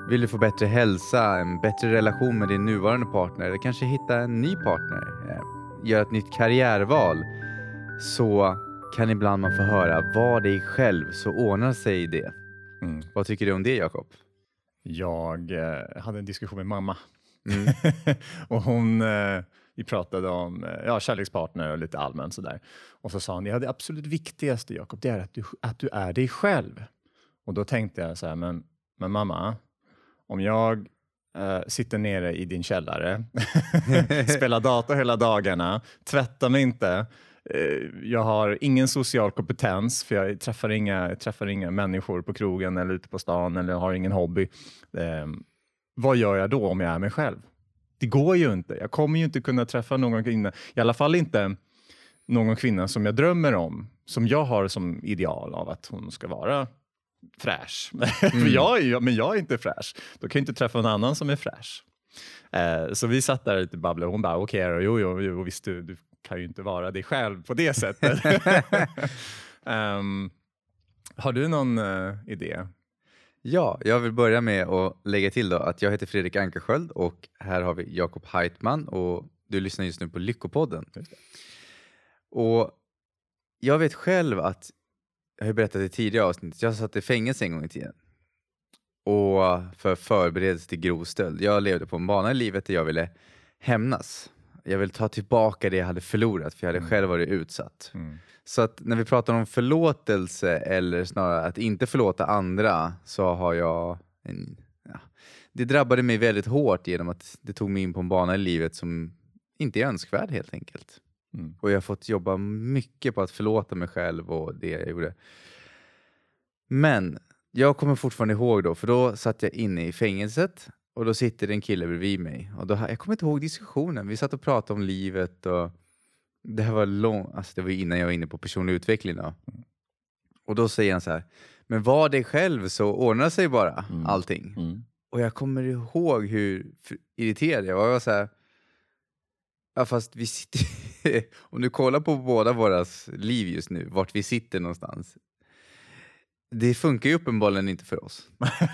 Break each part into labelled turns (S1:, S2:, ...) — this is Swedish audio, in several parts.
S1: Vill du få bättre hälsa, en bättre relation med din nuvarande partner eller kanske hitta en ny partner, göra ett nytt karriärval, så kan ibland man få höra var dig själv så ordnar sig det. Vad tycker du om det, Jakob?
S2: Jag hade en diskussion med mamma.
S1: Mm.
S2: Och vi pratade om kärlekspartner och lite allmänt sådär. Och så sa hon, det absolut viktigaste, Jakob, det är att du är dig själv. Och då tänkte jag så här, men mamma, om jag sitter nere i din källare, spelar dator hela dagarna, tvättar mig inte, jag har ingen social kompetens för jag träffar inga människor på krogen eller ute på stan eller har ingen hobby. Vad gör jag då om jag är mig själv? Det går ju inte. Jag kommer ju inte kunna träffa någon kvinna, i alla fall inte någon kvinna som jag drömmer om, som jag har som ideal av att hon ska vara fräsch. Men jag är inte fräsch. Då kan jag inte träffa någon annan som är fräsch. Så vi satt där lite babblade och hon bara, okej, jo, visst du kan ju inte vara dig själv på det sättet. Har du någon idé?
S1: Ja, jag vill börja med att lägga till då att jag heter Fredrik Ankersköld och här har vi Jakob Heitman och du lyssnar just nu på Lyckopodden. Och jag vet själv att, jag har berättat i tidigare avsnitt, jag satt i fängelse en gång i tiden. Och för förberedelse till grov stöld. Jag levde på en bana i livet där jag ville hämnas. Jag vill ta tillbaka det jag hade förlorat för jag hade själv varit utsatt. Så att när vi pratar om förlåtelse eller snarare att inte förlåta andra så har jag det drabbade mig väldigt hårt genom att det tog mig in på en bana i livet som inte är önskvärd helt enkelt. Och jag har fått jobba mycket på att förlåta mig själv och det jag gjorde. Men jag kommer fortfarande ihåg då, för då satt jag inne i fängelset och då sitter en kille bredvid mig. Och då, jag kommer inte ihåg diskussionen. Vi satt och pratade om livet och det här var det var innan jag var inne på personlig utveckling då. Och då säger han så här, men var dig själv så ordnar sig bara allting. Och jag kommer ihåg hur irriterad jag var. Jag var så här, ja fast vi sitter, om du kollar på båda våras liv just nu, vart vi sitter någonstans. Det funkar ju uppenbarligen inte för oss.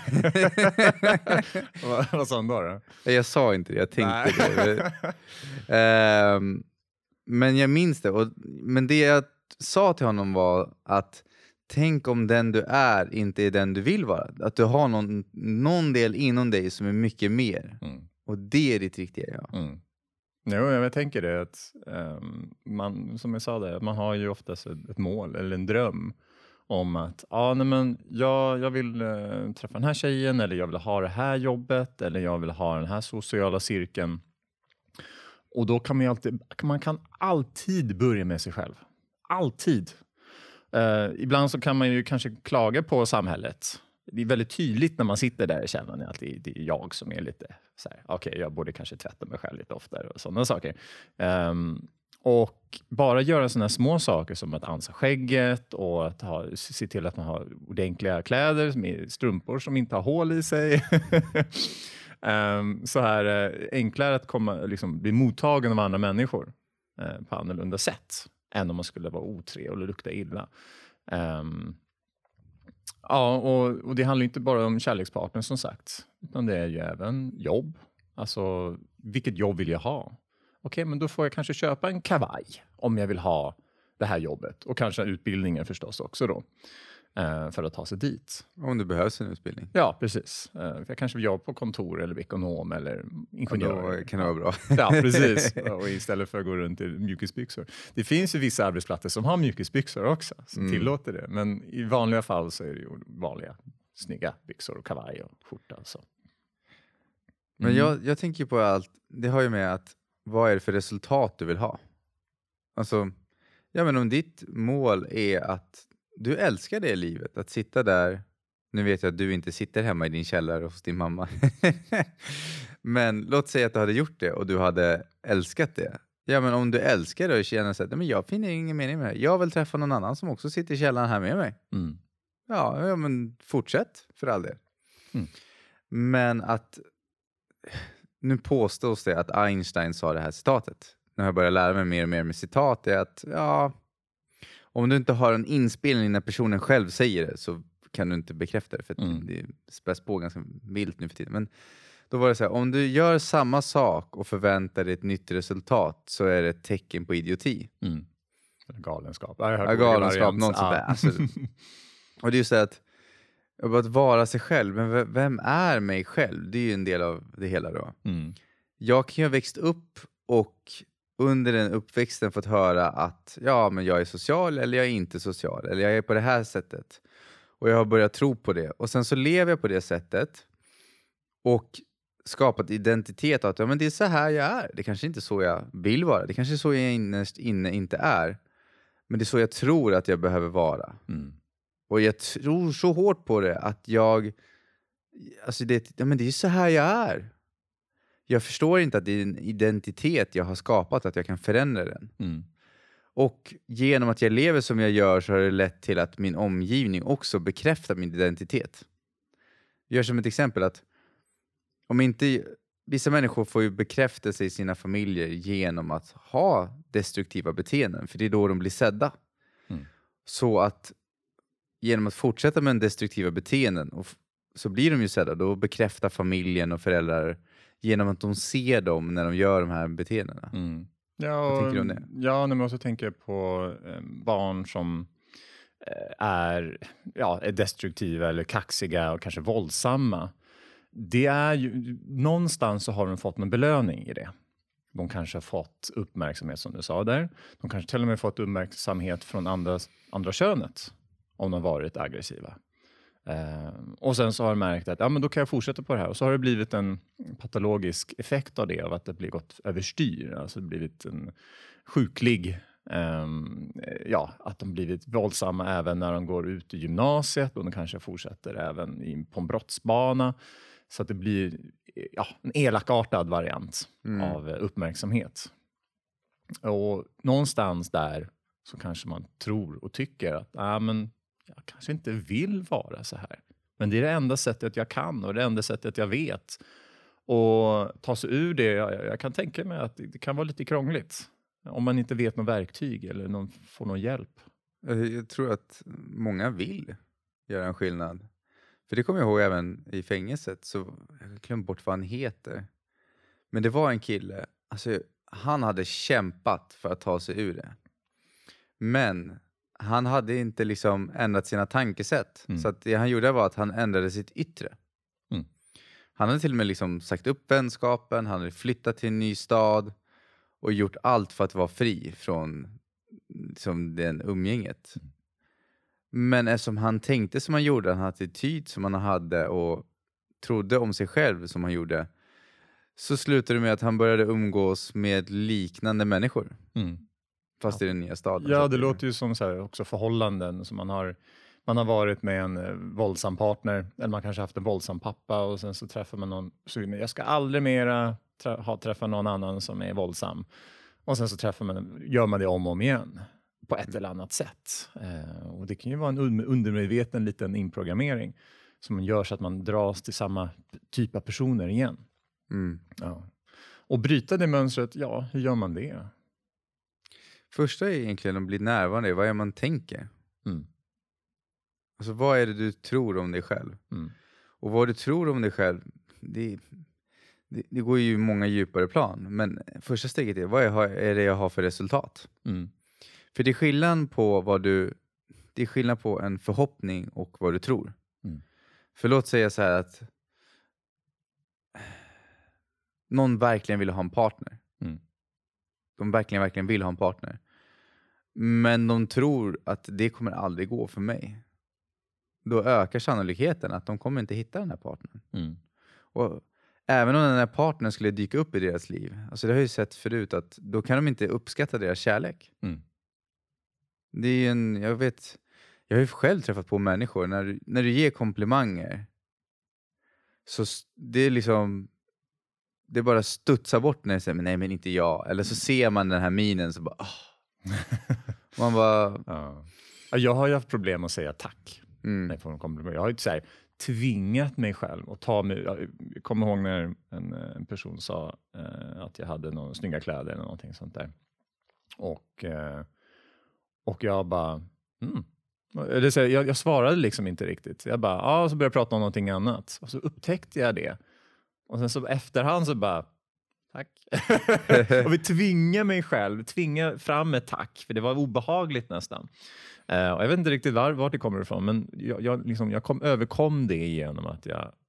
S2: Vad sa han då?
S1: Jag sa inte det, jag tänkte det. Men jag minns det. Men det jag sa till honom var att tänk om den du är inte är den du vill vara. Att du har någon del inom dig som är mycket mer. Och det är ditt riktiga jag.
S2: Jo, jag tänker det. Att, man, som jag sa där, man har ju oftast ett mål eller en dröm om att jag vill träffa den här tjejen eller jag vill ha det här jobbet eller jag vill ha den här sociala cirkeln. Och då kan man kan alltid börja med sig själv. Alltid. Ibland så kan man ju kanske klaga på samhället. Det är väldigt tydligt när man sitter där i källan att det är jag som är lite så här, okej, jag borde kanske tvätta mig själv lite oftare och sådana saker. Och bara göra sådana små saker som att ansa skägget och att se till att man har ordentliga kläder med strumpor som inte har hål i sig. Så här enklare att bli mottagen av andra människor på annorlunda sätt än om man skulle vara otrevlig eller lukta illa. Och det handlar inte bara om kärlekspartner som sagt, utan det är ju även jobb. Alltså, vilket jobb vill jag ha? Okej, men då får jag kanske köpa en kavaj om jag vill ha det här jobbet. Och kanske utbildningen förstås också då. För att ta sig dit.
S1: Om det behövs en utbildning.
S2: Ja, precis. För jag kanske vill jobba på kontor eller ekonom eller ingenjör.
S1: Då kan det vara bra.
S2: Ja, precis. Och istället för att gå runt i mjukisbyxor. Det finns ju vissa arbetsplatser som har mjukisbyxor också. Som tillåter det. Men i vanliga fall så är det ju vanliga snygga byxor och kavaj och skjorta. Så.
S1: Men jag tänker på allt. Det har ju med att vad är det för resultat du vill ha? Alltså, men om ditt mål är att du älskar det i livet. Att sitta där. Nu vet jag att du inte sitter hemma i din källare hos din mamma. Men låt säga att du hade gjort det och du hade älskat det. Ja, men om du älskar det och känner så att men jag finner ingen mening med det. Jag vill träffa någon annan som också sitter i källaren här med mig. Ja, men fortsätt för all del. Men att nu påstås det att Einstein sa det här citatet. När jag börjar lära mig mer och mer med citat är att om du inte har en inspelning när personen själv säger det så kan du inte bekräfta det, för att det späs på ganska vilt nu för tiden. Men då var det så här, om du gör samma sak och förväntar dig ett nytt resultat så är det ett tecken på idioti.
S2: Galenskap.
S1: Galenskap, något sånt där. Alltså, och det är ju så här att vara sig själv, men vem är mig själv? Det är ju en del av det hela då. Jag kan ju ha växt upp och under den uppväxten fått höra att men jag är social eller jag är inte social. Eller jag är på det här sättet. Och jag har börjat tro på det. Och sen så lever jag på det sättet. Och skapat identitet att men det är så här jag är. Det kanske inte är så jag vill vara. Det kanske är så jag innerst inne inte är. Men det är så jag tror att jag behöver vara. Och jag tror så hårt på det att alltså men det är så här jag är. Jag förstår inte att det är en identitet jag har skapat, att jag kan förändra den. Och genom att jag lever som jag gör så har det lett till att min omgivning också bekräftar min identitet. Jag gör som ett exempel att vissa människor får ju bekräftelse i sina familjer genom att ha destruktiva beteenden. För det är då de blir sedda. Så att genom att fortsätta med en destruktiva beteenden så blir de ju sedda. Då bekräftar familjen och föräldrar genom att de ser dem när de gör de här beteendena.
S2: Ja,
S1: vad tänker du om det?
S2: Ja, men också tänker jag på barn som är destruktiva eller kaxiga och kanske våldsamma. Det är ju, någonstans så har de fått en belöning i det. De kanske har fått uppmärksamhet som du sa där. De kanske till och med fått uppmärksamhet från andra könet om de varit aggressiva. Och sen så har de märkt att men då kan jag fortsätta på det här. Och så har det blivit en patologisk effekt av det, av att det blir gått överstyr. Alltså det blivit en sjuklig, att de blivit våldsamma även när de går ut i gymnasiet. Och de kanske fortsätter även på en brottsbana. Så att det blir en elakartad variant av uppmärksamhet. Och någonstans där så kanske man tror och tycker att jag kanske inte vill vara så här. Men det är det enda sättet jag kan och det enda sättet jag vet. Och ta sig ur det, jag kan tänka mig att det kan vara lite krångligt. Om man inte vet något verktyg eller får någon hjälp.
S1: Jag tror att många vill göra en skillnad. För det kommer jag ihåg även i fängelset. Så jag glömde bort vad han heter. Men det var en kille. Alltså, han hade kämpat för att ta sig ur det. Men han hade inte liksom ändrat sina tankesätt. Så att det han gjorde var att han ändrade sitt yttre. Han hade till och med liksom sagt upp vänskapen. Han hade flyttat till en ny stad. Och gjort allt för att vara fri från liksom, den umgänget. Men eftersom han tänkte som han gjorde. Han hade attityd som han hade. Och trodde om sig själv som han gjorde. Så slutade det med att han började umgås med liknande människor. Fast i den nya staden.
S2: Ja, det låter ju som så här, också förhållanden som man har varit med en våldsam partner, eller man kanske haft en våldsam pappa och sen så träffar man någon, så jag ska aldrig mera träffa någon annan som är våldsam. Och sen så gör man det om och om igen på ett eller annat sätt. Och det kan ju vara en undermedveten liten inprogrammering som gör så att man dras till samma typ av personer igen. Ja. Och bryta det mönstret, hur gör man det?
S1: Första är egentligen att bli närvarande. Vad är man tänker? Alltså vad är det du tror om dig själv? Och vad du tror om dig själv, det går ju många djupare plan. Men första steget är, vad är det jag har för resultat? För det är skillnad på det är skillnad på en förhoppning och vad du tror. För låt säga så här att någon verkligen vill ha en partner. De verkligen vill ha en partner. Men de tror att det kommer aldrig gå för mig. Då ökar sannolikheten att de kommer inte hitta den här partnern. Och även om den här partnern skulle dyka upp i deras liv. Alltså det har jag ju sett förut att då kan de inte uppskatta deras kärlek. Det är jag har ju själv träffat på människor. När du ger komplimanger. Så det är liksom... Det bara studsar bort när jag säger, nej men inte jag. Eller så ser man den här minen så bara... Man bara...
S2: Ja, jag har ju haft problem att säga tack. När jag får en komplimang. Jag har ju så här, tvingat mig själv att ta mig... Jag kommer ihåg när en person sa att jag hade några snygga kläder eller någonting sånt där. Och jag bara... Jag svarade liksom inte riktigt. Jag bara, så började jag prata om någonting annat. Och så upptäckte jag det. Och sen så efterhand så bara, tack. Och vi tvingar fram ett tack. För det var obehagligt nästan. Och jag vet inte riktigt vart det kommer ifrån. Men jag överkom det genom att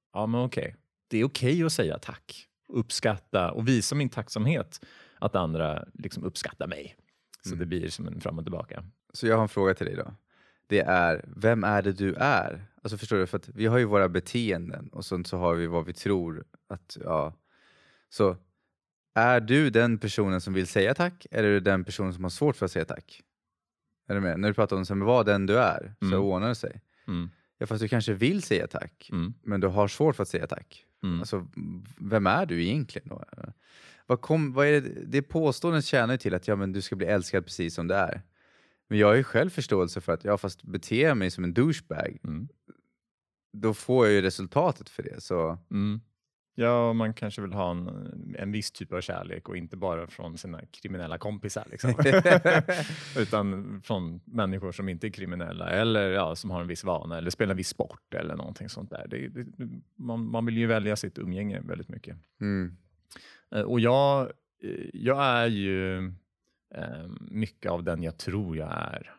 S2: det är okej att säga tack. Uppskatta och visa min tacksamhet. Att andra liksom uppskattar mig. Så det blir som en fram och tillbaka.
S1: Så jag har en fråga till dig då. Det är, vem är det du är? Alltså förstår du? För att vi har ju våra beteenden. Och så har vi vad vi tror att, Så är du den personen som vill säga tack? Eller är du den personen som har svårt för att säga tack? Är du med? När du pratar om som vad den du är, så ordnar det sig. Ja, fast du kanske vill säga tack. Men du har svårt för att säga tack. Alltså, vem är du egentligen då? Vad är det påståendet tjänar till att men du ska bli älskad precis som du är. Men jag har ju själv förståelse för att fast beter jag mig som en douchebag. Då får jag ju resultatet för det. Så.
S2: Ja, man kanske vill ha en viss typ av kärlek och inte bara från sina kriminella kompisar. Liksom. Utan från människor som inte är kriminella eller som har en viss vana eller spelar en viss sport eller någonting sånt där. Man vill ju välja sitt umgänge väldigt mycket. Och jag är ju mycket av den jag tror jag är.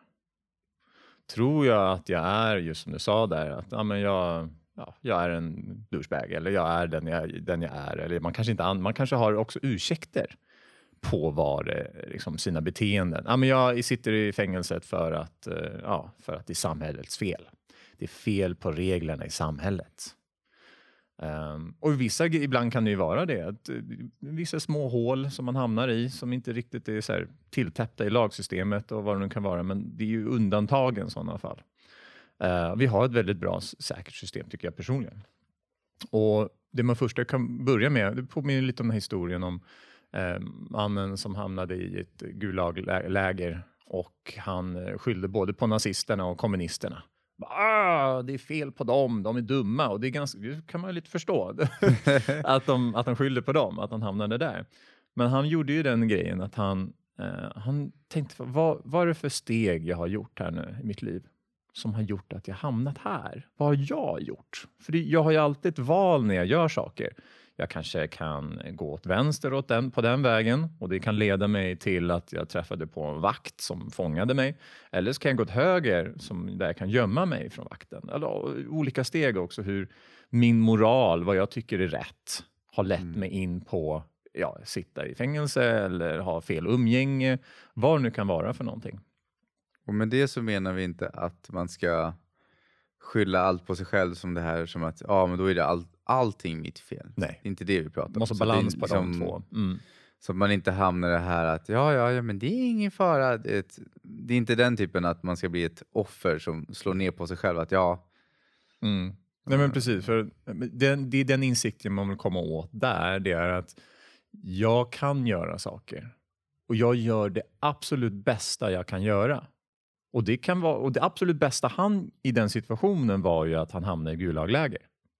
S2: Tror jag att jag är, just som du sa där, att jag är en douchebag eller jag är den jag är. Eller man kanske har också ursäkter på liksom sina beteenden. Jag sitter i fängelset för att det är samhällets fel. Det är fel på reglerna i samhället. Och ibland kan det ju vara det. Att vissa små hål som man hamnar i som inte riktigt är så här tilltäppta i lagsystemet och vad det nu kan vara. Men det är ju undantagen i sådana fall. Vi har ett väldigt bra säkert system tycker jag personligen. Och det man först kan börja med, det påminner lite om den här historien om mannen som hamnade i ett gulagläger och han skyllde både på nazisterna och kommunisterna. Det är fel på dem, de är dumma och det kan man ju lite förstå att de skyllde på dem, att han hamnade där. Men han gjorde ju den grejen att han tänkte, vad är det för steg jag har gjort här nu i mitt liv som har gjort att jag hamnat här? Vad har jag gjort? För jag har ju alltid ett val när jag gör saker. Jag kanske kan gå åt vänster på den vägen och det kan leda mig till att jag träffade på en vakt som fångade mig. Eller så kan jag gå åt höger där jag kan gömma mig från vakten. Eller olika steg också hur min moral, vad jag tycker är rätt, har lett mig in på sitta i fängelse eller ha fel umgänge. Vad det nu kan vara för någonting.
S1: Och med det så menar vi inte att man ska skylla allt på sig själv som det här som att men då är det allting mitt fel.
S2: Nej.
S1: Det är inte det vi pratar om.
S2: Man måste ha balans på de två.
S1: Så att man inte hamnar i det här att men det är ingen fara. Det är inte den typen att man ska bli ett offer som slår ner på sig själv att
S2: Nej men precis, för det är den insikten man vill komma åt där. Det är att jag kan göra saker. Och jag gör det absolut bästa jag kan göra. Och det absolut bästa han i den situationen var ju att han hamnade i gulagläger.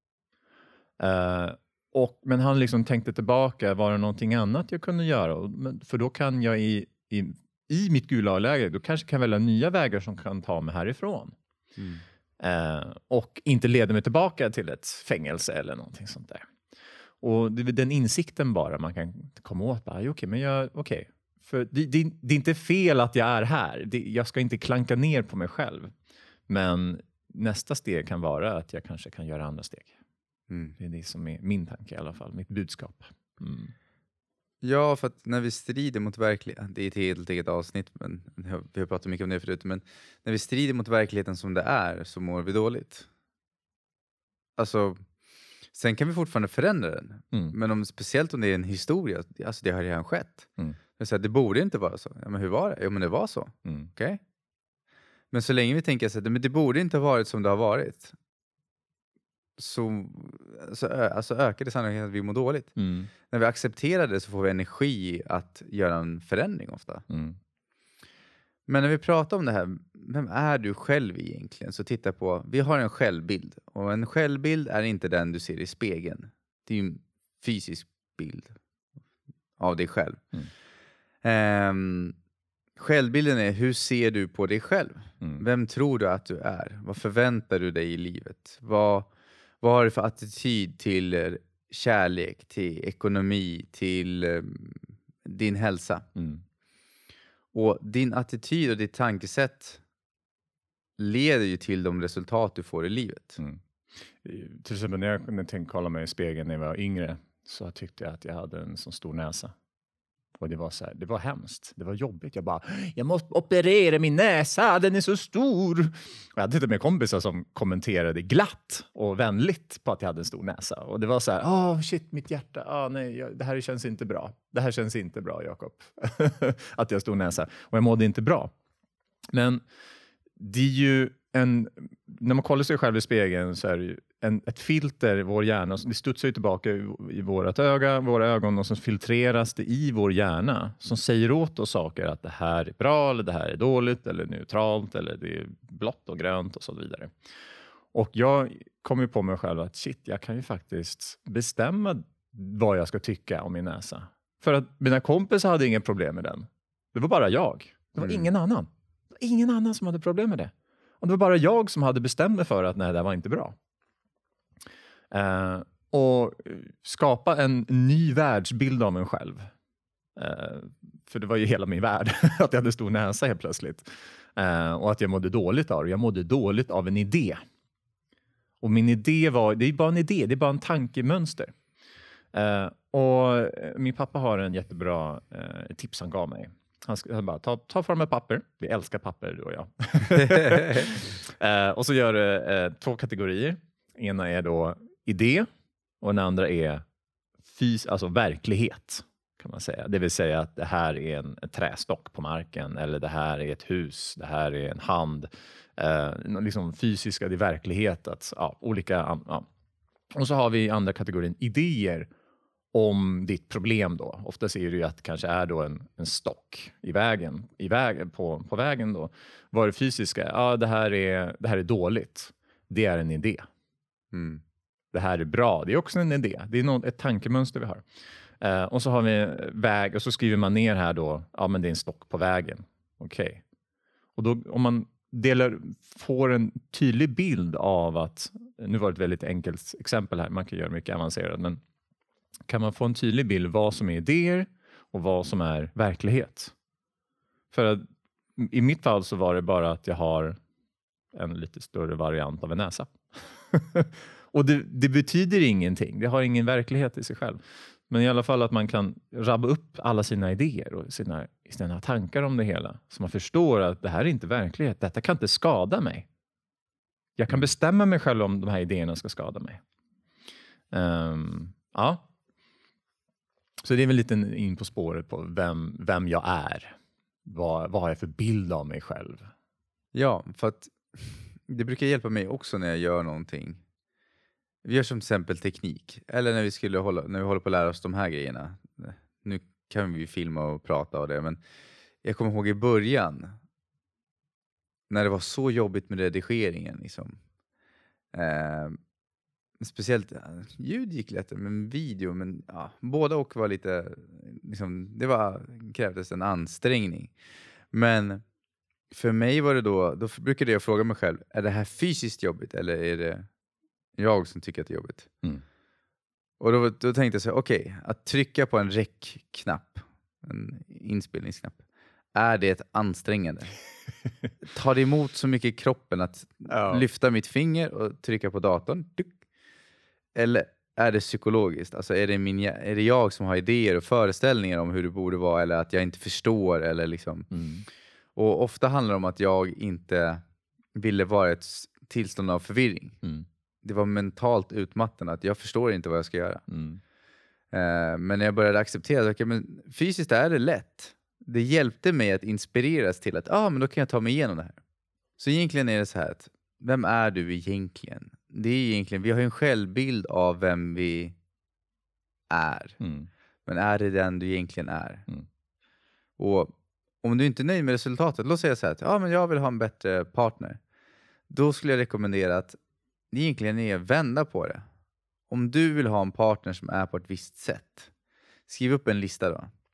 S2: Men han liksom tänkte tillbaka, var det någonting annat jag kunde göra? För då kan jag i mitt gulagläger, då kanske kan välja nya vägar som kan ta mig härifrån. Och inte leda mig tillbaka till ett fängelse eller någonting sånt där. Och det är den insikten bara man kan komma åt. Okej. För det är inte fel att jag är här. Jag ska inte klanka ner på mig själv. Men nästa steg kan vara att jag kanske kan göra andra steg. Det är det som är min tanke i alla fall. Mitt budskap.
S1: Ja, för att när vi strider mot verkligheten. Det är ett helt eget avsnitt. Men vi har pratat mycket om det förut. Men när vi strider mot verkligheten som det är så mår vi dåligt. Alltså, sen kan vi fortfarande förändra den. Men speciellt om det är en historia. Alltså det har redan skett. Det borde inte vara så. Men hur var det? Jo, men det var så. Okej? Men så länge vi tänker så att men det borde inte ha varit som det har varit. Så ökar det sannolikheten att vi mår dåligt. När vi accepterar det så får vi energi att göra en förändring ofta. Men när vi pratar om det här, vem är du själv egentligen? Så titta på, vi har en självbild. Och en självbild är inte den du ser i spegeln. Det är ju en fysisk bild av dig själv. självbilden är, hur ser du på dig själv?
S2: Mm.
S1: Vem tror du att du är? Vad förväntar du dig i livet? Vad har du för attityd till kärlek, till ekonomi, till din hälsa?
S2: Mm.
S1: Och din attityd och ditt tankesätt leder ju till de resultat du får i livet.
S2: Mm. Till exempel när jag tänkte kolla mig i spegeln när jag var yngre, så tyckte jag att jag hade en så stor näsa. Och det var så här, det var hemskt. Det var jobbigt. Jag måste operera min näsa, den är så stor. Och jag hade till och med kompisar som kommenterade glatt och vänligt på att jag hade en stor näsa. Och det var så här, shit, mitt hjärta. Nej, det här känns inte bra. Det här känns inte bra, Jakob. Att jag har stor näsa. Och jag mådde inte bra. Men det är ju när man kollar sig själv i spegeln, så är det ju ett filter i vår hjärna. Det studsar ju tillbaka i våra ögon, och så filtreras det i vår hjärna som säger åt oss saker, att det här är bra eller det här är dåligt eller neutralt eller det är blått och grönt och så vidare. Och jag kom ju på mig själv att shit, jag kan ju faktiskt bestämma vad jag ska tycka om min näsa. För att mina kompisar hade ingen problem med den. Det var bara jag. Det var ingen annan. Det var ingen annan som hade problem med det. Och det var bara jag som hade bestämt mig för att nej, det var inte bra. Och skapa en ny världsbild av mig själv. För det var ju hela min värld. Att jag hade stor näsa helt plötsligt. Och att jag mådde dåligt av det. Jag mådde dåligt av en idé. Och min idé det är bara en idé. Det är bara en tankemönster. Och min pappa har en jättebra tips han gav mig. Han bara, ta fram ett papper. Vi älskar papper, du och jag. Och så gör du 2 kategorier. Ena är då idé och den andra är alltså verklighet, kan man säga. Det vill säga att det här är en trästock på marken, eller det här är ett hus, det här är en hand. Liksom fysiska, det är verklighet. Olika. Och så har vi andra kategorin idéer om ditt problem då. Ofta ser du ju att det kanske är då en stock på vägen då. Vad är det fysiska? Det här är dåligt. Det är en idé.
S1: Mm.
S2: Det här är bra. Det är också en idé. Det är ett tankemönster vi har. Och så har vi väg, och så skriver man ner här då, men det är en stock på vägen. Okej. Och då om man får en tydlig bild av att, nu var det ett väldigt enkelt exempel här, man kan göra mycket avancerat, men kan man få en tydlig bild vad som är idéer och vad som är verklighet? För att i mitt fall så var det bara att jag har en lite större variant av en näsa. Och det betyder ingenting. Det har ingen verklighet i sig själv. Men i alla fall att man kan rabba upp alla sina idéer och sina tankar om det hela. Så man förstår att det här är inte verklighet. Detta kan inte skada mig. Jag kan bestämma mig själv om de här idéerna ska skada mig. Ja. Så det är väl lite in på spåret på vem jag är. Vad har jag för bild av mig själv?
S1: Ja, för att det brukar hjälpa mig också när jag gör någonting. Vi gör som till exempel teknik. Eller när vi håller på att lära oss de här grejerna. Nu kan vi filma och prata och det. Men jag kommer ihåg i början. När det var så jobbigt med redigeringen. Liksom. Speciellt ljud gick lättare. Men video. Men båda och var lite. Liksom, krävdes en ansträngning. Men för mig var det då brukade jag fråga mig själv. Är det här fysiskt jobbigt? Eller är det jag som tycker att det är jobbigt?
S2: Mm.
S1: Och då tänkte jag så här, okej, att trycka på en rec-knapp, en inspelningsknapp, är det ett ansträngande? Tar det emot så mycket i kroppen att lyfta mitt finger och trycka på datorn? Eller är det psykologiskt? Alltså är det jag som har idéer och föreställningar om hur det borde vara, eller att jag inte förstår, eller liksom. Och ofta handlar det om att jag inte ville vara ett tillstånd av förvirring. Det var mentalt utmattande att jag förstår inte vad jag ska göra. Men när jag började acceptera att men fysiskt är det lätt. Det hjälpte mig att inspireras till att men då kan jag ta mig igenom det här. Så egentligen är det så här att vem är du egentligen? Det är egentligen, vi har ju en självbild av vem vi är. Men är det den du egentligen är? Och om du inte är nöjd med resultatet, låt säga så här att men jag vill ha en bättre partner. Då skulle jag rekommendera att det egentligen är att vända på det. Om du vill ha en partner som är på ett visst sätt, skriv upp en lista då.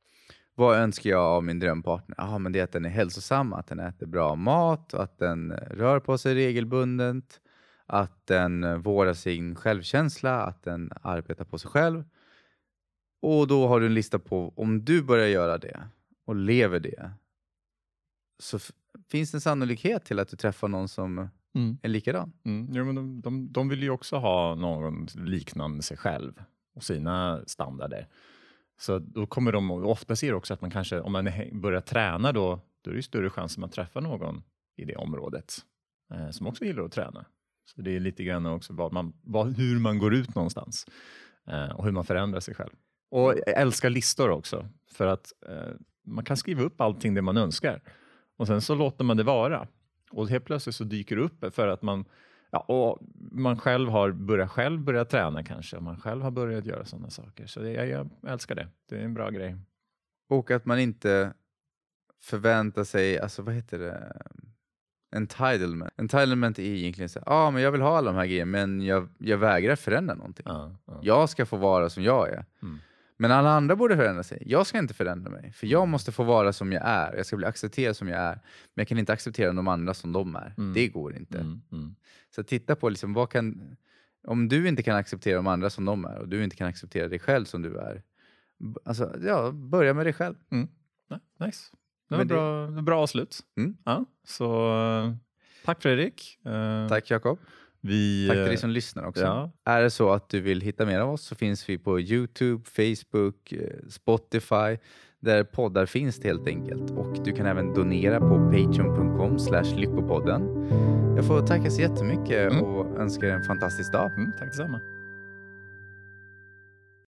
S1: Vad önskar jag av min drömpartner? Men det är att den är hälsosam, att den äter bra mat, att den rör på sig regelbundet, att den vårdar sin självkänsla, att den arbetar på sig själv. Och då har du en lista på, om du börjar göra det och lever det, så finns det en sannolikhet till att du träffar någon som är likadan.
S2: Ja, men de vill ju också ha någon liknande sig själv och sina standarder. Så då kommer de, ofta ser också att man kanske, om man börjar träna då är det större chans att man träffar någon i det området som också gillar att träna. Så det är lite grann också hur man går ut någonstans och hur man förändrar sig själv. Och jag älskar listor också, för att man kan skriva upp allting det man önskar och sen så låter man det vara. Och helt plötsligt så dyker det upp för att man själv har börjat träna kanske. Och man själv har börjat göra sådana saker. Så jag älskar det. Det är en bra grej.
S1: Och att man inte förväntar sig, alltså vad heter det? Entitlement. Entitlement är egentligen så men jag vill ha alla de här grejerna, men jag vägrar förändra någonting. Jag ska få vara som jag är. Men alla andra borde förändra sig. Jag ska inte förändra mig. För jag måste få vara som jag är. Jag ska bli accepterad som jag är. Men jag kan inte acceptera de andra som de är. Det går inte. Så titta på liksom, om du inte kan acceptera de andra som de är. Och du inte kan acceptera dig själv som du är. Alltså, börja med dig själv.
S2: Nice. Det var bra avslut. Ja, så tack Fredrik.
S1: Tack Jakob. Tack till dig som lyssnar också.
S2: Ja.
S1: Är det så att du vill hitta mer av oss så finns vi på YouTube, Facebook, Spotify, där poddar finns helt enkelt. Och du kan även donera på patreon.com/lyckopodden. Jag får tacka så jättemycket och önskar en fantastisk dag.
S2: Tack detsamma.